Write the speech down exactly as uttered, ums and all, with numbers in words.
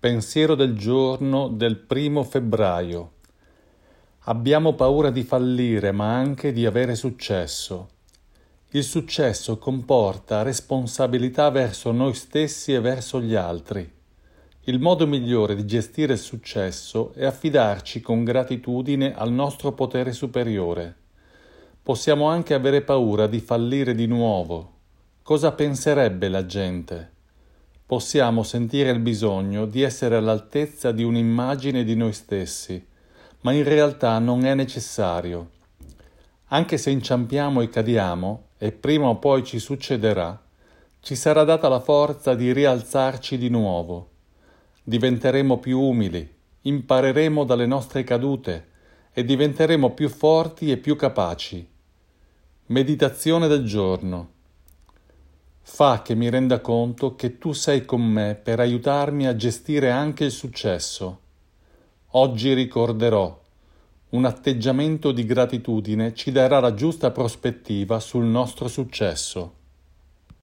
Pensiero del giorno del primo febbraio. Abbiamo paura di fallire, ma anche di avere successo. Il successo comporta responsabilità verso noi stessi e verso gli altri. Il modo migliore di gestire il successo è affidarci con gratitudine al nostro potere superiore. Possiamo anche avere paura di fallire di nuovo. Cosa penserebbe la gente? Possiamo sentire il bisogno di essere all'altezza di un'immagine di noi stessi, ma in realtà non è necessario. Anche se inciampiamo e cadiamo, e prima o poi ci succederà, ci sarà data la forza di rialzarci di nuovo. Diventeremo più umili, impareremo dalle nostre cadute e diventeremo più forti e più capaci. Meditazione del giorno. Fa che mi renda conto che tu sei con me per aiutarmi a gestire anche il successo. Oggi ricorderò, un atteggiamento di gratitudine ci darà la giusta prospettiva sul nostro successo.